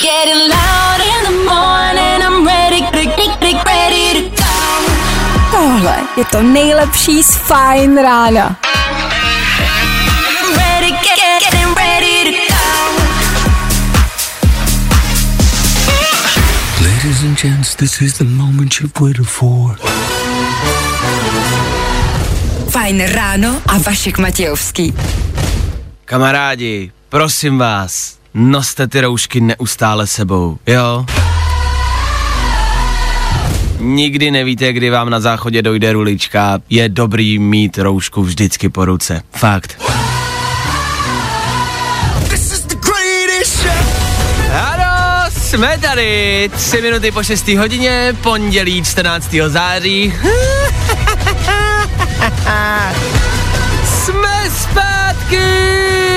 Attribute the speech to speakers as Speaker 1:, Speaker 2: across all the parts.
Speaker 1: getting loud in the morning, I'm ready to go.
Speaker 2: Tohle je to nejlepší z Fajn rána.
Speaker 1: Getting ready to go.
Speaker 3: Ladies and gents, this is the moment you've waited for.
Speaker 2: Fajn ráno a Vašek Matějovský.
Speaker 4: Kamarádi, prosím vás, noste ty roušky neustále sebou, jo? Nikdy nevíte, kdy vám na záchodě dojde rulička, je dobrý mít roušku vždycky po ruce, fakt. Ano, jsme tady, 3 minuty po 6. hodině, pondělí 14. září. Jsme zpátky!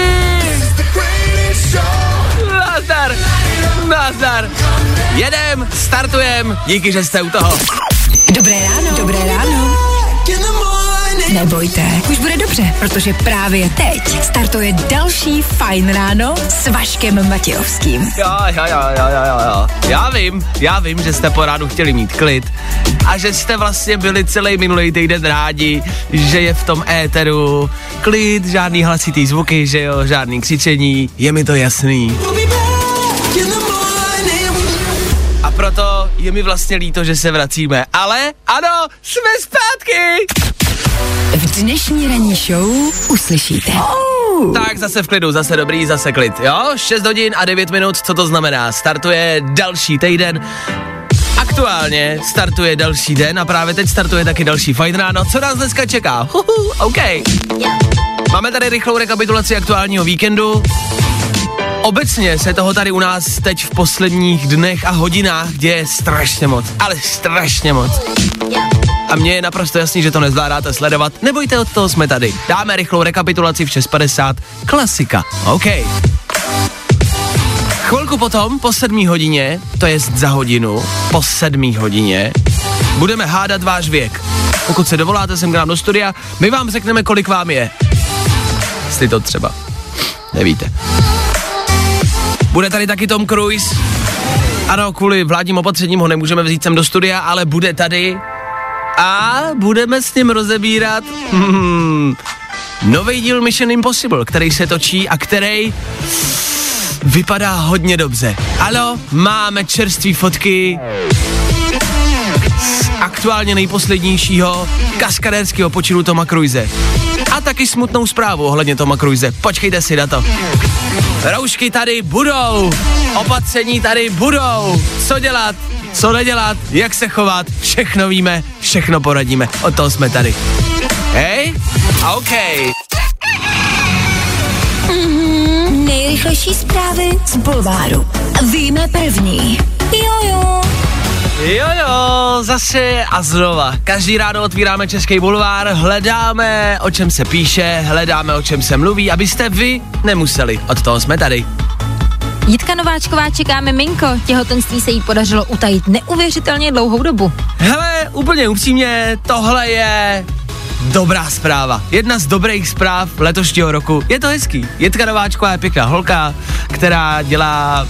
Speaker 4: Nazdar! Jedem, startujem, díky, že jste u toho.
Speaker 2: Dobré ráno. Nebojte, už bude dobře, protože právě teď startuje další Fajn ráno s Vaškem Matějovským.
Speaker 4: Jo. Já vím, že jste po ránu chtěli mít klid a že jste vlastně byli celý minulý týden rádi, že je v tom éteru klid, žádný hlasitý zvuky, že jo, žádný křičení, je mi to jasný. A proto je mi vlastně líto, že se vracíme, ale ano, jsme zpátky!
Speaker 2: V dnešní ranní show uslyšíte.
Speaker 4: Tak zase v klidu, zase dobrý, zase klid, jo? 6 hodin a 9 minut, co to znamená? Startuje další týden, aktuálně startuje další den a právě teď startuje taky další Fajn ráno. Co nás dneska čeká? OK. Máme tady rychlou rekapitulaci aktuálního víkendu. Obecně se toho tady u nás teď v posledních dnech a hodinách děje strašně moc, ale strašně moc. A mně je naprosto jasný, že to nezvládáte sledovat. Nebojte, od toho jsme tady. Dáme rychlou rekapitulaci v 6:50. Klasika. OK. Chvilku potom, po 7 hodině, to jest za hodinu, po 7 hodině, budeme hádat váš věk. Pokud se dovoláte sem k nám do studia, my vám řekneme, kolik vám je. Jestli to třeba nevíte. Bude tady taky Tom Cruise. Ano, kvůli vládním opatřením ho nemůžeme vzít sem do studia, ale bude tady. A budeme s ním rozebírat nový díl Mission Impossible, který se točí a který vypadá hodně dobře. Ano, máme čerství fotky z aktuálně nejposlednějšího kaskadérského počinu Toma Cruise. A taky smutnou zprávu ohledně Toma Cruise. Počkejte si na to. Roušky tady budou, opatření tady budou. Co dělat, co nedělat, jak se chovat, všechno víme, všechno poradíme. Od toho jsme tady. Hej? OK.
Speaker 2: Nejrychlejší zprávy z bulváru. Víme první.
Speaker 4: Jo, zase a znova. Každý ráno otvíráme Český bulvár, hledáme, o čem se píše, hledáme, o čem se mluví, abyste vy nemuseli. Od toho jsme tady.
Speaker 5: Jitka Nováčková čeká miminko. Těhotenství se jí podařilo utajit neuvěřitelně dlouhou dobu.
Speaker 4: Hele, úplně upřímně, tohle je dobrá zpráva. Jedna z dobrých zpráv letošního roku. Je to hezký. Jitka Nováčková je pěkná holka, která dělá...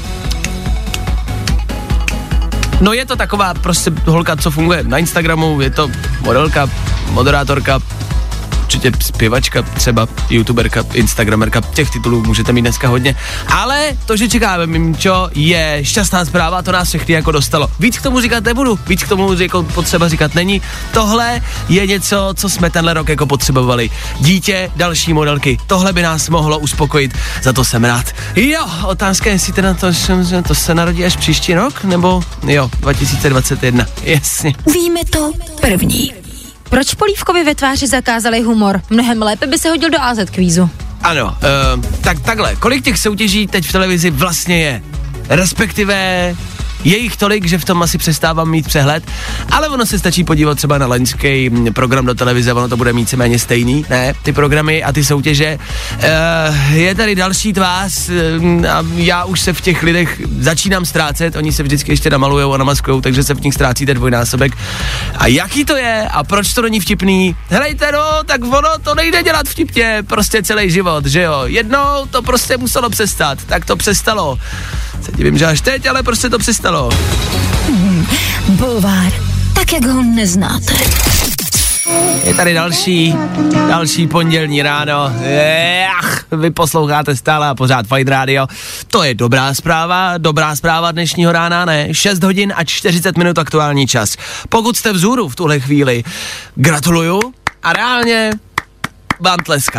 Speaker 4: No je to taková prostě holka, co funguje na Instagramu, je to modelka, moderátorka, určitě zpěvačka, třeba youtuberka, instagramerka, těch titulů můžete mít dneska hodně, ale to, že čekáme mimčo, je šťastná zpráva, to nás všechny jako dostalo. Víc k tomu říkat nebudu, víc k tomu jako potřeba říkat není. Tohle je něco, co jsme tenhle rok jako potřebovali. Dítě, další modelky, tohle by nás mohlo uspokojit, za to jsem rád. Jo, otázka je, jestli teda to se narodí až příští rok, nebo jo, 2021, jasně.
Speaker 2: Víme to první.
Speaker 5: Proč Polívkovi ve tváři zakázali humor? Mnohem lépe by se hodil do AZ kvízu.
Speaker 4: Ano, takhle, kolik těch soutěží teď v televizi vlastně je? Respektive, Je jich tolik, že v tom asi přestávám mít přehled, ale ono se stačí podívat třeba na loňský program do televize, ono to bude mít méně stejný, ne, ty programy a ty soutěže. Je tady další tvář a já už se v těch lidech začínám ztrácet, oni se vždycky ještě namalujou a namaskujou, takže se v nich ztrácíte dvojnásobek. A jaký to je a proč to není vtipný? Helejte, no, tak ono to nejde dělat vtipně, prostě celý život, že jo? Jednou to prostě muselo přestat, tak to přestalo. Se divím, že až teď, ale prostě to přestalo.
Speaker 2: Bulvár, tak jak ho neznáte.
Speaker 4: Je tady další pondělní ráno. Vy posloucháte stále a pořád Fajn Radio. To je dobrá zpráva dnešního rána, ne? 6 hodin a 40 minut aktuální čas. Pokud jste vzhůru v tuhle chvíli, gratuluju a reálně vám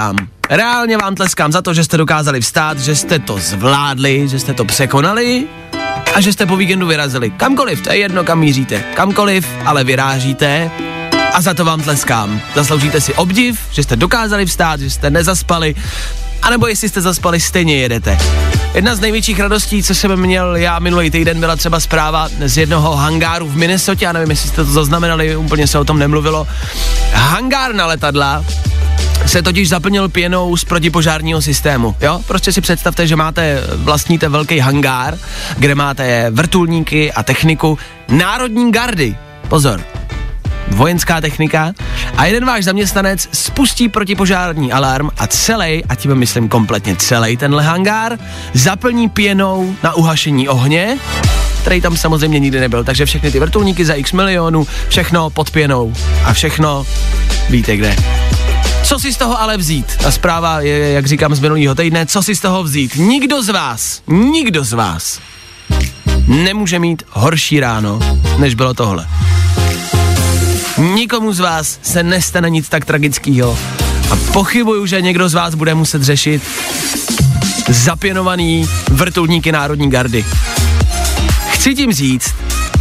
Speaker 4: tleskám za to, že jste dokázali vstát, že jste to zvládli, že jste to překonali a že jste po víkendu vyrazili. Kamkoliv, to je jedno, kam míříte. Kamkoliv, ale vyrážíte a za to vám tleskám. Zasloužíte si obdiv, že jste dokázali vstát, že jste nezaspali, anebo jestli jste zaspali, stejně jedete. Jedna z největších radostí, co jsem měl já minulý týden, byla třeba zpráva z jednoho hangáru v Minnesotě, já nevím, jestli jste to zaznamenali, úplně se o tom nemluvilo. Hangár na letadla se totiž zaplnil pěnou z protipožárního systému, jo? Prostě si představte, že vlastníte velký hangár, kde máte vrtulníky a techniku národní gardy. Pozor, vojenská technika a jeden váš zaměstnanec spustí protipožární alarm a celý, a tím myslím kompletně celý tenhle hangár, zaplní pěnou na uhašení ohně, který tam samozřejmě nikdy nebyl, takže všechny ty vrtulníky za x milionů, všechno pod pěnou a všechno víte kde. Co si z toho ale vzít? Ta zpráva je, jak říkám, z minulého týdne, co si z toho vzít? Nikdo z vás nemůže mít horší ráno, než bylo tohle. Nikomu z vás se nestane nic tak tragického a pochybuju, že někdo z vás bude muset řešit zapěnovaný vrtulníky národní gardy. Chci tím říct,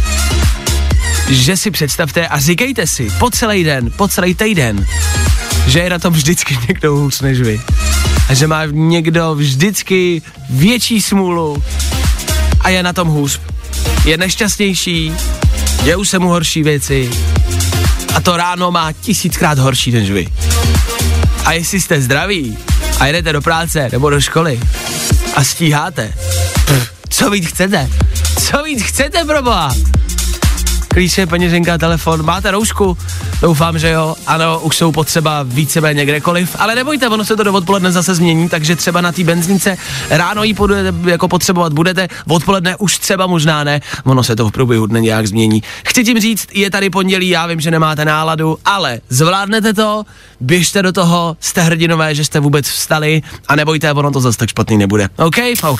Speaker 4: že si představte a říkejte si po celý den, po celý týden, že je na tom vždycky někdo hůř než vy. A že má někdo vždycky větší smůlu a je na tom hůř. Je nešťastnější, dějou se mu horší věci a to ráno má 1000krát horší než vy. A jestli jste zdraví a jedete do práce nebo do školy a stíháte, co víc chcete? Co víc chcete, proboha? Klíče, peněženka, telefon, máte roušku? Doufám, že jo. Ano, už jsou potřeba víceméně kdekoliv, ale nebojte, ono se to do odpoledne zase změní, takže třeba na té benzínce ráno ji jako potřebovat budete, odpoledne už třeba možná ne, ono se to v průběhu dne nějak změní. Chci tím říct, je tady pondělí, já vím, že nemáte náladu, ale zvládnete to, běžte do toho, jste hrdinové, že jste vůbec vstali a nebojte, ono to zase tak špatný nebude. OK.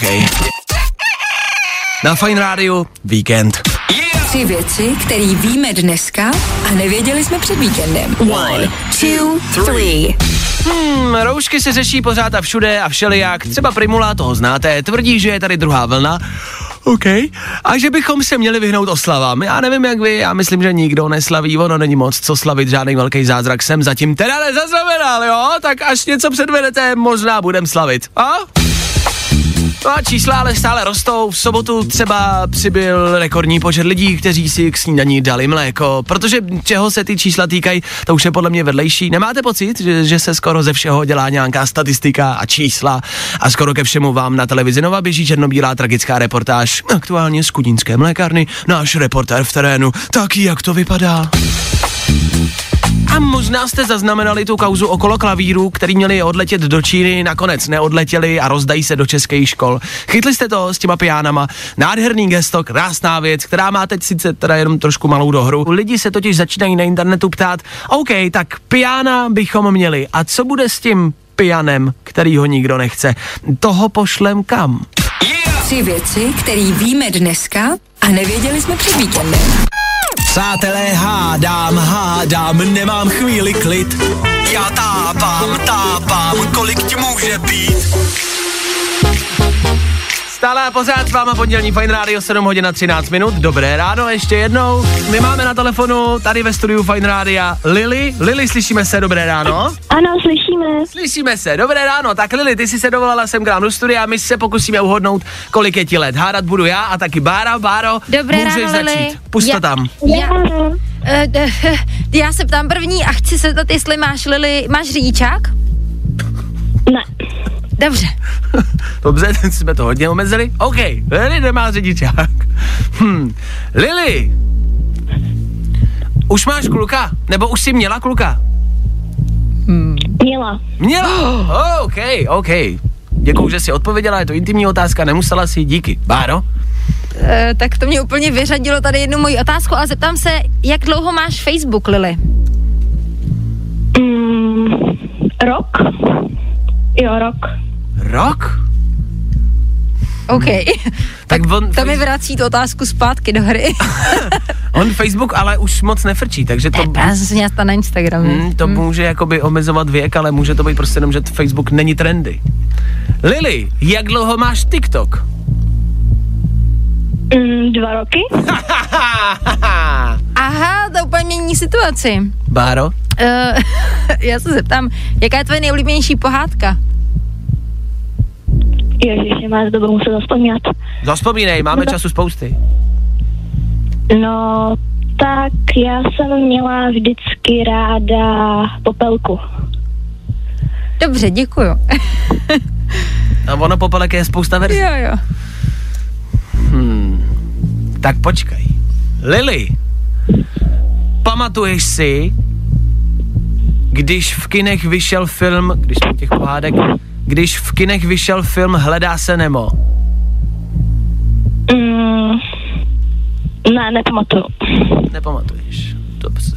Speaker 4: Na Fajn Rádiu víkend.
Speaker 2: 3 věci, které víme dneska a nevěděli jsme před víkendem. 1, 2, 3.
Speaker 4: Roušky se řeší pořád a všude a všelijak. Třeba Primula, toho znáte, tvrdí, že je tady druhá vlna. OK. A že bychom se měli vyhnout oslavám. Já nevím jak vy, já myslím, že nikdo neslaví, ono není moc co slavit, žádný velký zázrak jsem zatím teda nezaznamenal, jo? Tak až něco předvedete, možná budem slavit. A? No a čísla ale stále rostou, v sobotu třeba přibyl rekordní počet lidí, kteří si k snídaní dali mléko, protože čeho se ty čísla týkají, to už je podle mě vedlejší. Nemáte pocit, že se skoro ze všeho dělá nějaká statistika a čísla a skoro ke všemu vám na televizi Nova běží černobílá tragická reportáž, aktuálně z Kudínské mlékárny, náš reportér v terénu, tak jak to vypadá? A možná jste zaznamenali tu kauzu okolo klavírů, který měli odletět do Číny, nakonec neodletěli a rozdají se do českých škol. Chytli jste to s těma piánama, nádherný gesto, krásná věc, která má teď sice teda jenom trošku malou dohru. Lidi se totiž začínají na internetu ptát, OK, tak piána bychom měli, a co bude s tím pianem, který ho nikdo nechce? Toho pošlem kam?
Speaker 2: 3 věci, které víme dneska a nevěděli jsme před víkendem.
Speaker 4: Přátelé, hádám, nemám chvíli klid. Já tápám, kolik ti může být. Stále a pořád s váma pondělní Fajn rádio 7 hodin a 13 minut. Dobré ráno ještě jednou. My máme na telefonu tady ve studiu Fajn rádia Lily. Lily, slyšíme se, dobré ráno?
Speaker 6: Ano, slyšíme.
Speaker 4: Slyšíme se, dobré ráno. Tak Lily, ty jsi se dovolala sem k nám do studia a my se pokusíme uhodnout, kolik je ti let. Hádat budu já a taky Bára. Báro,
Speaker 5: dobré
Speaker 4: můžeš
Speaker 5: ráno,
Speaker 4: začít.
Speaker 5: Lily.
Speaker 4: Pusť to tam.
Speaker 5: Já se ptám první a chci se zeptat, jestli máš řidičák?
Speaker 6: Ne.
Speaker 5: Dobře.
Speaker 4: Dobře, teď jsme to hodně omezili. OK, Lily nemá řidičák. Lily, už máš kluka? Nebo už jsi měla kluka? Měla? OK. Děkuju, že jsi odpověděla, je to intimní otázka, nemusela si, díky. Báro?
Speaker 5: Tak to mě úplně vyřadilo tady jednu moji otázku a zeptám se, jak dlouho máš Facebook, Lily?
Speaker 6: Rok? Jo, rok.
Speaker 4: Rok?
Speaker 5: OK.
Speaker 4: Tak
Speaker 5: to mi vrací tu otázku zpátky do hry.
Speaker 4: On Facebook ale už moc nefrčí, takže to...
Speaker 5: Já jsem se měla stát na Instagramu.
Speaker 4: To může jakoby omezovat věk, ale může to být prostě jenom, že Facebook není trendy. Lily, jak dlouho máš TikTok?
Speaker 6: 2 roky.
Speaker 5: Aha, to úplně mění situaci.
Speaker 4: Báro?
Speaker 5: Já se zeptám, jaká je tvoje nejoblíbenější pohádka?
Speaker 6: Ježiši, máš to budu muset zaspomínat.
Speaker 4: Zavzpomínej, máme času spousty.
Speaker 6: No, tak já jsem měla vždycky ráda Popelku.
Speaker 5: Dobře, děkuju.
Speaker 4: A ono Popelek je spousta verzí.
Speaker 5: Jo.
Speaker 4: Tak počkej. Lily, pamatuješ si, když v kinech vyšel film, když jsou těch pohádek, když v kinech vyšel film Hledá se Nemo?
Speaker 6: Ne, nepamatuju.
Speaker 4: Nepamatuješ. Dobře.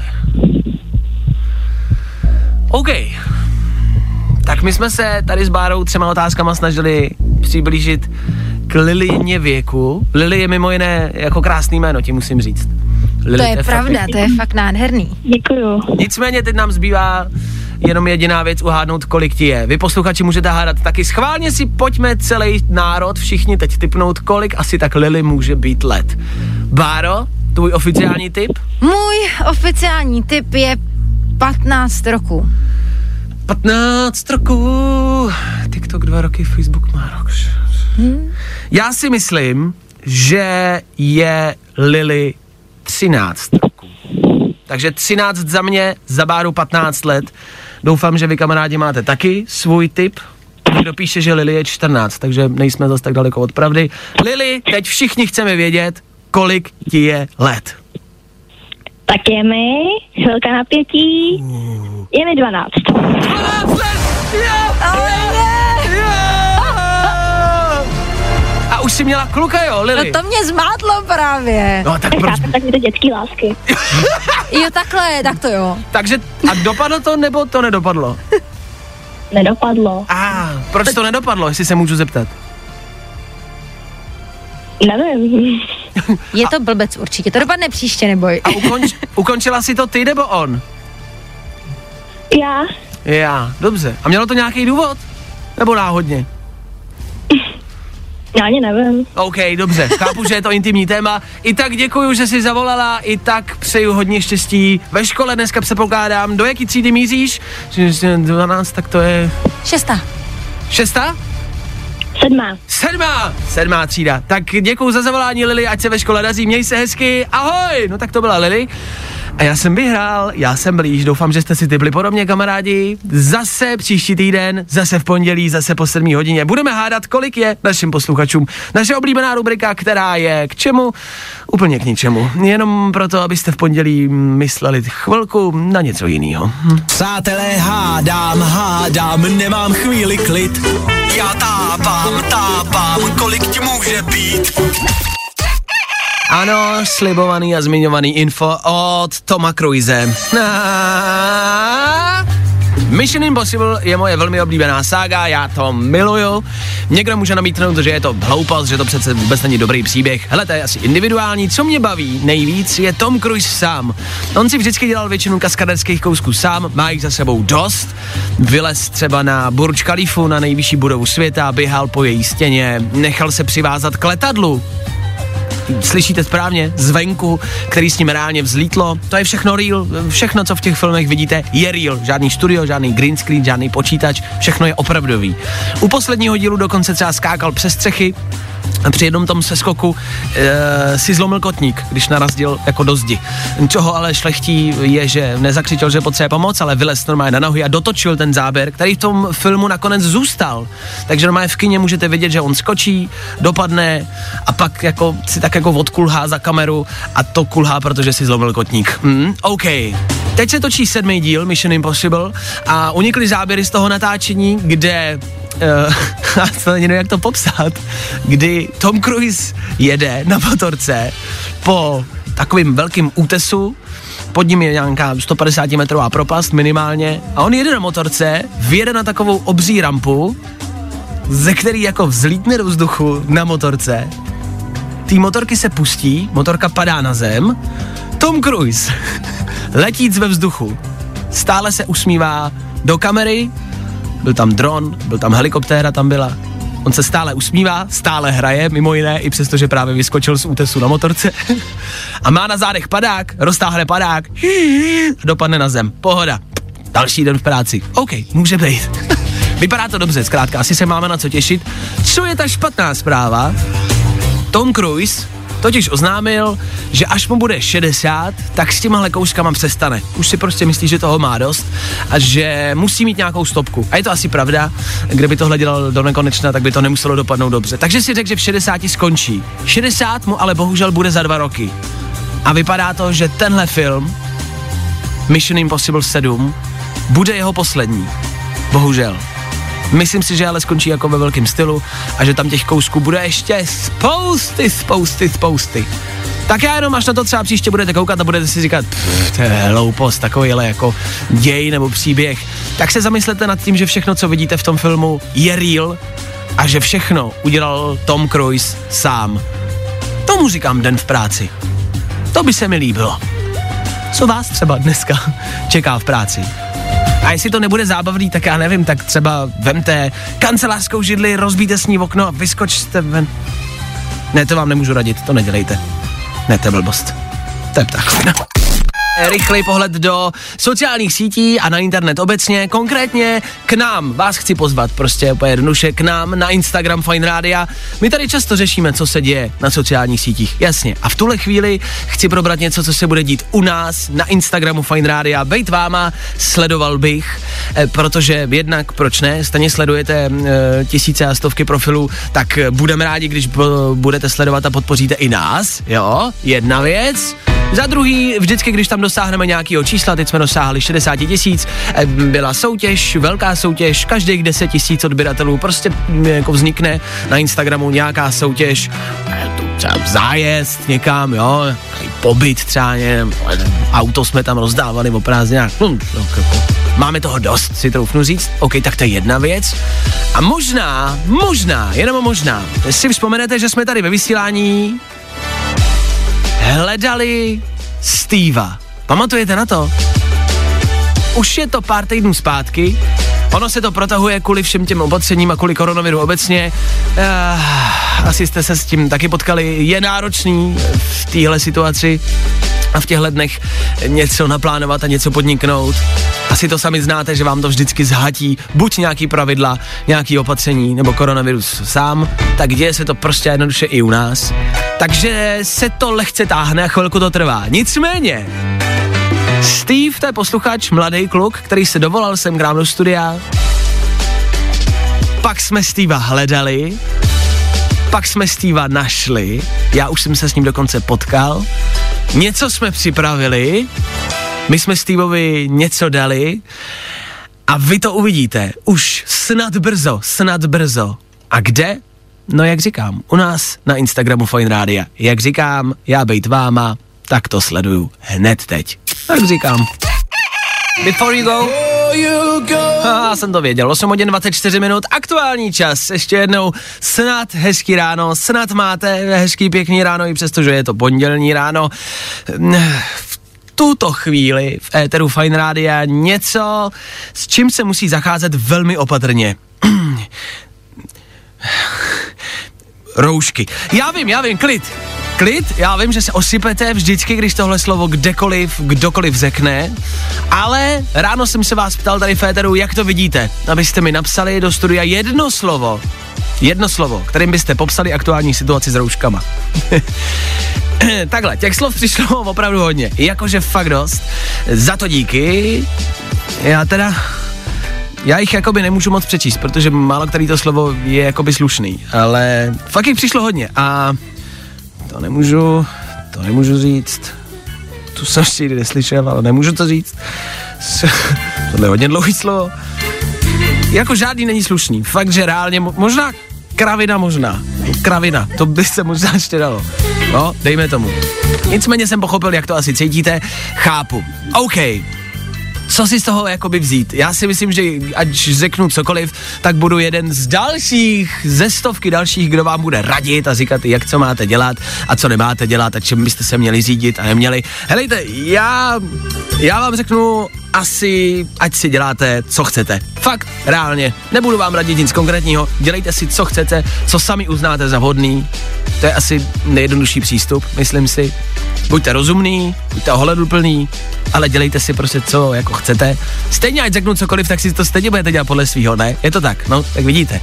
Speaker 4: OK. Tak my jsme se tady s Bárou 3 otázkama snažili přiblížit k Lilině věku. Lily je mimo jiné jako krásný jméno, ti musím říct. Lily,
Speaker 5: to je pravda, to je fakt nádherný.
Speaker 6: Děkuju.
Speaker 4: Nicméně teď nám zbývá jenom jediná věc, uhádnout, kolik ti je. Vy posluchači můžete hádat taky. Schválně si pojďme celý národ, všichni teď tipnout, kolik asi tak Lily může být let. Báro, tvůj oficiální tip?
Speaker 5: Můj oficiální tip je 15 roků.
Speaker 4: 15 roků. TikTok 2 roky, Facebook má rok. Já si myslím, že je Lily 13 roků. Takže 13 za mě, za Báru 15 let. Doufám, že vy kamarádi máte taky svůj tip. Někdo píše, že Lily je 14, takže nejsme zase tak daleko od pravdy. Lily, teď všichni chceme vědět, kolik ti je let.
Speaker 6: Tak je mi chvilka napětí. Je mi 12.
Speaker 4: 12 let! A už jsi měla kluka, jo, Lily?
Speaker 5: No to mě zmátlo právě.
Speaker 4: No tak proč?
Speaker 6: Tak mi to dětský lásky.
Speaker 5: Jo, takhle, tak to jo.
Speaker 4: Takže a dopadlo to, nebo to nedopadlo?
Speaker 6: Nedopadlo.
Speaker 4: Proč to nedopadlo, jestli se můžu zeptat?
Speaker 6: Nevím.
Speaker 5: Je to blbec určitě, to dopadne příště, neboj.
Speaker 4: A ukončila si to ty, nebo on? Já, dobře. A mělo to nějaký důvod? Nebo náhodně?
Speaker 6: Já ani nevím.
Speaker 4: OK, dobře, chápu, že je to intimní téma. I tak děkuju, že jsi zavolala, i tak přeju hodně štěstí. Ve škole dneska se pokládám. Do jaký třídy míříš? 12, tak to je...
Speaker 5: 6.
Speaker 4: 6? 7. třída. Tak děkuju za zavolání, Lily, ať se ve škole daří, měj se hezky, ahoj! No tak to byla Lily. A já jsem vyhrál, já jsem blíž, doufám, že jste si tipli podobně, kamarádi. Zase příští týden, zase v pondělí, zase po 7 hodině. Budeme hádat, kolik je našim posluchačům. Naše oblíbená rubrika, která je k čemu? Úplně k ničemu. Jenom proto, abyste v pondělí mysleli chvilku na něco jiného.
Speaker 3: Přátelé, hádám, nemám chvíli klid. Já tápám, kolik ti může být?
Speaker 4: Ano, slibovaný a zmiňovaný info od Toma Cruise. Mission Impossible je moje velmi oblíbená sága, já to miluju. Někdo může namítnout, že je to hloupost, že to přece vůbec není dobrý příběh. Hele, to je asi individuální. Co mě baví nejvíc je Tom Cruise sám. On si vždycky dělal většinu kaskaderských kousků sám, má jich za sebou dost. Vylez třeba na Burj Khalifu, na nejvyšší budovu světa, běhal po její stěně, nechal se přivázat k letadlu. Slyšíte správně, zvenku, který s ním reálně vzlítlo. To je všechno real, všechno, co v těch filmech vidíte, je real. Žádný studio, žádný green screen, žádný počítač, všechno je opravdový. U posledního dílu dokonce třeba skákal přes střechy a při jednom tom seskoku si zlomil kotník, když narazil jako do zdi. Čeho ale šlechtí je, že nezakřičel, že potřebuje pomoc, ale vylez normálně na nohy a dotočil ten záběr, který v tom filmu nakonec zůstal. Takže normálně v kině můžete vidět, že on skočí, dopadne a pak jako si tak jako odkulhá za kameru a to kulhá, protože si zlomil kotník. OK. Teď se točí 7. díl Mission Impossible a unikly záběry z toho natáčení, kde to nevím, jak to popsat, kdy Tom Cruise jede na motorce po takovým velkým útesu, pod ním je nějaká 150 metrová propast minimálně a on jede na motorce, vyjede na takovou obří rampu, ze který jako vzlítne do vzduchu na motorce, ty motorky se pustí, motorka padá na zem, Tom Cruise letíc ve vzduchu, stále se usmívá do kamery, byl tam dron, byl tam helikoptéra, tam byla. On se stále usmívá, stále hraje, mimo jiné, i přesto, že právě vyskočil z útesu na motorce. A má na zádech padák, roztáhne padák a dopadne na zem. Pohoda. Další den v práci. OK, může být. Vypadá to dobře, zkrátka, asi se máme na co těšit. Co je ta špatná zpráva? Tom Cruise totiž oznámil, že až mu bude 60, tak s těmahle kouskama přestane. Už si prostě myslí, že toho má dost a že musí mít nějakou stopku. A je to asi pravda, kdyby tohle dělal do nekonečna, tak by to nemuselo dopadnout dobře. Takže si řekl, že v 60 skončí. 60 mu ale bohužel bude za 2 roky. A vypadá to, že tenhle film, Mission Impossible 7, bude jeho poslední. Bohužel. Myslím si, že ale skončí jako ve velkém stylu a že tam těch kousků bude ještě spousty. Tak já jenom, až na to třeba příště budete koukat a budete si říkat, to je hloupost, takovýhle jako děj nebo příběh, tak se zamyslete nad tím, že všechno, co vidíte v tom filmu, je real a že všechno udělal Tom Cruise sám. Tomu říkám den v práci. To by se mi líbilo. Co vás třeba dneska čeká v práci? A jestli to nebude zábavný, tak já nevím, tak třeba vemte kancelářskou židli, rozbijte s ní okno a vyskočte ven. Ne, to vám nemůžu radit, to nedělejte. Ne, to je blbost. To je ptachovina. Rychlej pohled do sociálních sítí a na internet obecně, konkrétně k nám. Vás chci pozvat prostě úplně jednoduše k nám na Instagram Fine Rádia. My tady často řešíme, co se děje na sociálních sítích, jasně. A v tuhle chvíli chci probrat něco, co se bude dít u nás na Instagramu Fine Rádia. Bejt váma, sledoval bych, protože jednak, proč ne, stejně sledujete tisíce a stovky profilů, tak budeme rádi, když budete sledovat a podpoříte i nás, jo, jedna věc. Za druhý, vždycky, když tam dosáhneme nějakého čísla, teď jsme dosáhli 60 000, byla soutěž, velká soutěž, každých 10 000 odběratelů, prostě jako vznikne na Instagramu nějaká soutěž, třeba zájezd někam, jo, pobyt třeba, auto jsme tam rozdávali o prázdninách, máme toho dost, si troufnu říct, OK, tak to je jedna věc. A možná, jenom možná, si vzpomenete, že jsme tady ve vysílání hledali Steva. Pamatujete na to? Už je to pár týdnů zpátky, ono se to protahuje kvůli všem těm opatřením a kvůli koronaviru obecně. Asi jste se s tím taky potkali. Je náročný v téhle situaci a v těchto dnech něco naplánovat a něco podniknout. Asi to sami znáte, že vám to vždycky zhatí buď nějaký pravidla, nějaký opatření nebo koronavirus sám, tak děje se to prostě jednoduše i u nás. Takže se to lehce táhne a chvilku to trvá. Nicméně, Steve, to je posluchač, mladý kluk, který se dovolal sem k nám do studia. Pak jsme Steva hledali, pak jsme Steva našli, já už jsem se s ním dokonce potkal, něco jsme připravili, my jsme Steveovi něco dali a vy to uvidíte už snad brzo. A kde? No jak říkám, u nás na Instagramu Fine Rádia. Jak říkám, já bejt váma, tak to sleduju hned teď. Tak říkám. Before you go, Jsem to věděl, 8 hodin 24 minut, aktuální čas, ještě jednou, snad hezký ráno, snad máte hezký pěkný ráno, i přestože je to pondělní ráno. V tuto chvíli v éteru Fajn Rádia něco, s čím se musí zacházet velmi opatrně. Roušky. Já vím, klid, já vím, že se osypete vždycky, když tohle slovo kdokoliv řekne, ale ráno jsem se vás ptal tady v éteru, jak to vidíte, abyste mi napsali do studia jedno slovo, kterým byste popsali aktuální situaci s rouškama. Takhle, těch slov přišlo opravdu hodně, jakože fakt dost, za to díky, já jich jakoby nemůžu moc přečíst, protože málo který to slovo je jakoby slušný, ale fakt jich přišlo hodně a to nemůžu říct, tu jsem ještě nikdy neslyšel, ale nemůžu to říct, tohle je hodně dlouhý slovo, jako žádný není slušný, fakt, že reálně, možná kravina, to by se možná ještě dalo, no, dejme tomu. Nicméně jsem pochopil, jak to asi cítíte, chápu, OK. Co si z toho jakoby vzít? Já si myslím, že ať řeknu cokoliv, tak budu jeden ze stovky dalších, kdo vám bude radit a říkat, jak co máte dělat a co nemáte dělat a čem byste se měli řídit a neměli. Helejte, já vám řeknu asi, ať si děláte, co chcete. Fakt, reálně. Nebudu vám radit nic konkrétního, dělejte si, co chcete, co sami uznáte za vhodný. To je asi nejjednodušší přístup, myslím si. Buďte rozumný, buďte ohleduplný, ale dělejte si prostě, co jako chcete. Stejně, ať řeknu cokoliv, tak si to stejně budete dělat podle svýho, ne? Je to tak, no, tak vidíte.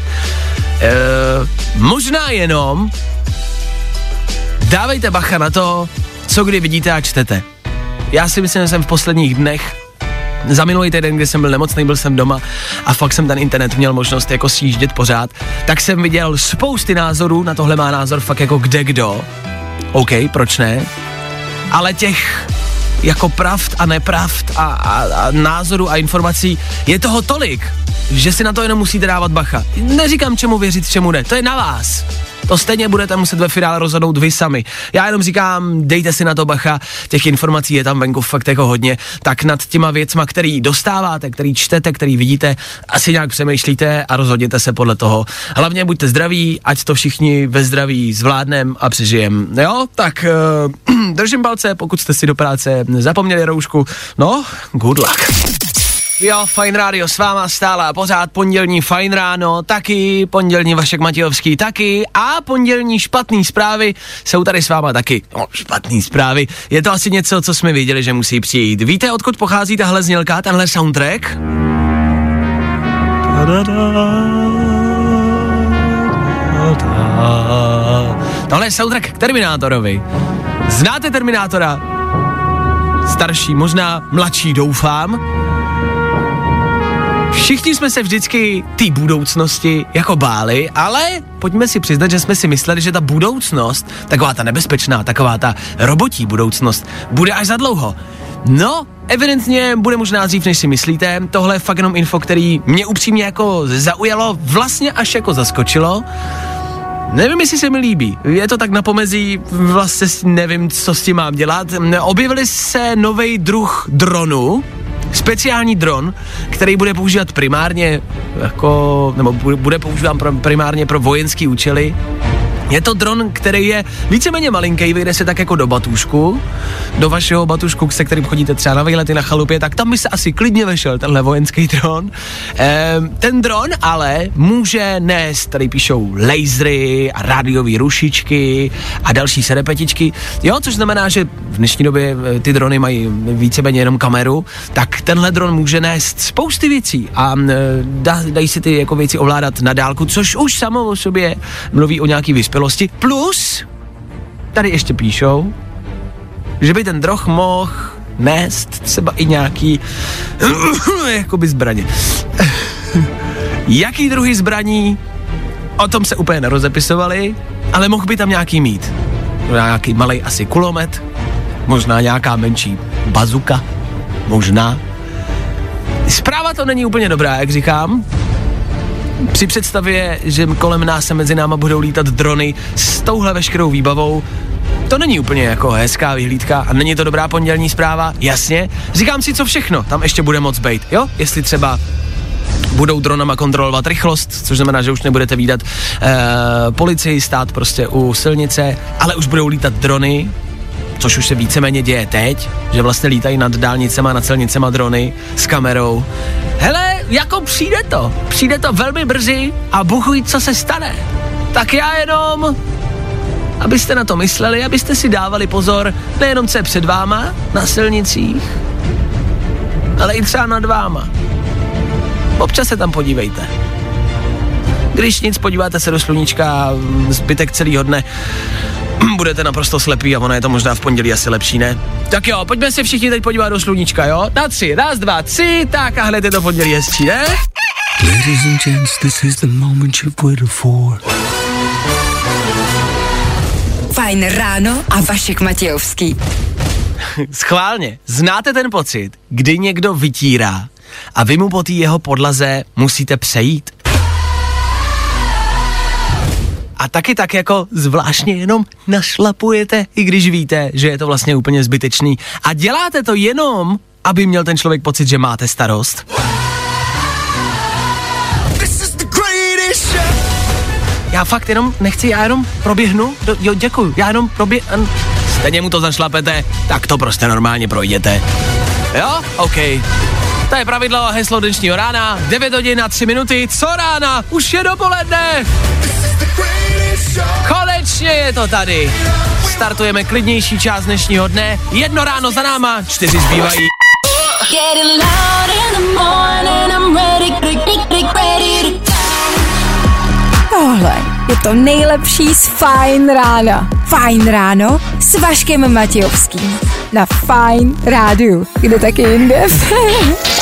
Speaker 4: Možná jenom dávejte bacha na to, co kdy vidíte a čtete. Já si myslím, že jsem v posledních dnech, za minulý týden, kdy jsem byl nemocný, byl jsem doma a fakt jsem ten internet měl možnost jako sjíždět pořád, tak jsem viděl spousty názorů, na tohle má názor fakt jako kdekdo. OK, proč ne? Ale těch jako pravd a nepravd a názorů a informací je toho tolik, že si na to jenom musíte dávat bacha. Neříkám, čemu věřit, čemu ne, to je na vás. To stejně budete muset ve finále rozhodnout vy sami. Já jenom říkám, dejte si na to bacha, těch informací je tam venku fakt jako hodně, tak nad těma věcma, který dostáváte, který čtete, který vidíte, asi nějak přemýšlíte a rozhodněte se podle toho. Hlavně buďte zdraví, ať to všichni ve zdraví zvládnem a přežijem. Jo, tak držím palce, pokud jste si do práce zapomněli roušku, no, good luck. Jo, Fajn Rádio s váma stále a pořád pondělní Fajn ráno, taky pondělní Vašek Matějovský, taky a pondělní špatný zprávy jsou tady s váma taky. No, špatný zprávy, je to asi něco, co jsme věděli, že musí přijít. Víte, odkud pochází tahle znělka, tenhle soundtrack? Tohle je soundtrack k Terminátorovi. Znáte Terminátora? Starší, možná mladší, doufám. Všichni jsme se vždycky té budoucnosti jako báli, ale pojďme si přiznat, že jsme si mysleli, že ta budoucnost, taková ta nebezpečná, taková ta robotí budoucnost, bude až za dlouho. No, evidentně bude možná dřív, než si myslíte. Tohle je fakt jenom info, který mě upřímně jako zaujalo, vlastně až jako zaskočilo. Nevím, jestli se mi líbí. Je to tak na pomezí, vlastně nevím, co s tím mám dělat. Objevili se novej druh dronu, speciální dron, který bude používat primárně jako, nebo bude používán primárně pro vojenský účely. Je to dron, který je víceméně malinký, vyjde se tak jako do batůžku, do vašeho batůžku, se kterým chodíte třeba na výlety na chalupě, tak tam by se asi klidně vešel tenhle vojenský dron. Ten dron ale může nést, tady píšou lasery a rádiové rušičky a další serepetičky, jo, což znamená, že v dnešní době ty drony mají víceméně jenom kameru, tak tenhle dron může nést spousty věcí a dají si ty jako věci ovládat na dálku, což už samo o sobě mluví o nějaký vyspělosti. Plus, tady ještě píšou, že by ten droh mohl nést třeba i nějaký jakoby zbraně. Jaký druhy zbraní, o tom se úplně nerozepisovali, ale mohl by tam nějaký mít. Nějaký malej asi kulomet, možná nějaká menší bazuka, možná. Zpráva to není úplně dobrá, jak říkám. Při představě, že kolem nás a mezi náma budou lítat drony s touhle veškerou výbavou, to není úplně jako hezká vyhlídka a není to dobrá pondělní zpráva, jasně. Říkám si, co všechno tam ještě bude moc bejt, jo? Jestli třeba budou dronama kontrolovat rychlost, což znamená, že už nebudete vídat policii stát prostě u silnice, ale už budou lítat drony, což už se víceméně děje teď, že vlastně lítají nad dálnicema, nad silnicema drony s kamerou. Hele, jako přijde to velmi brzy a Bůh ví, co se stane. Tak já jenom, abyste na to mysleli, abyste si dávali pozor, nejenom co je před váma na silnicích, ale i třeba nad váma. Občas se tam podívejte. Když nic, podíváte se do sluníčka a zbytek celého dne budete naprosto slepý a ono je to možná v pondělí asi lepší, ne? Tak jo, pojďme se všichni teď podívat do sluníčka, jo? Na 3, 1, 2, 3, tak a hned je to pondělí hezčí, ne?
Speaker 3: Ladies and gents, this is the moment you've waited for.
Speaker 2: Fajn ráno a Vašek Matějovský.
Speaker 4: Schválně, znáte ten pocit, kdy někdo vytírá a vy mu po té jeho podlaze musíte přejít? A taky tak jako zvláštně jenom našlapujete, i když víte, že je to vlastně úplně zbytečný. A děláte to jenom, aby měl ten člověk pocit, že máte starost. Já fakt jenom nechci, já jenom proběhnu, jo, děkuju, já jenom proběhnu. Stejně mu to zašlapete, tak to prostě normálně projděte. Jo? OK. To je pravidlo a heslo dnešního rána, 9 hodin a 3 minuty, co rána, už je dopoledne. Konečně je to tady. Startujeme klidnější část dnešního dne, 1 ráno za náma, 4 zbývají.
Speaker 2: Tohle je to nejlepší z Fajn rána. Fajn ráno s Vaškem Matějovským. Na Fajn rádiu. Kde taky jinde?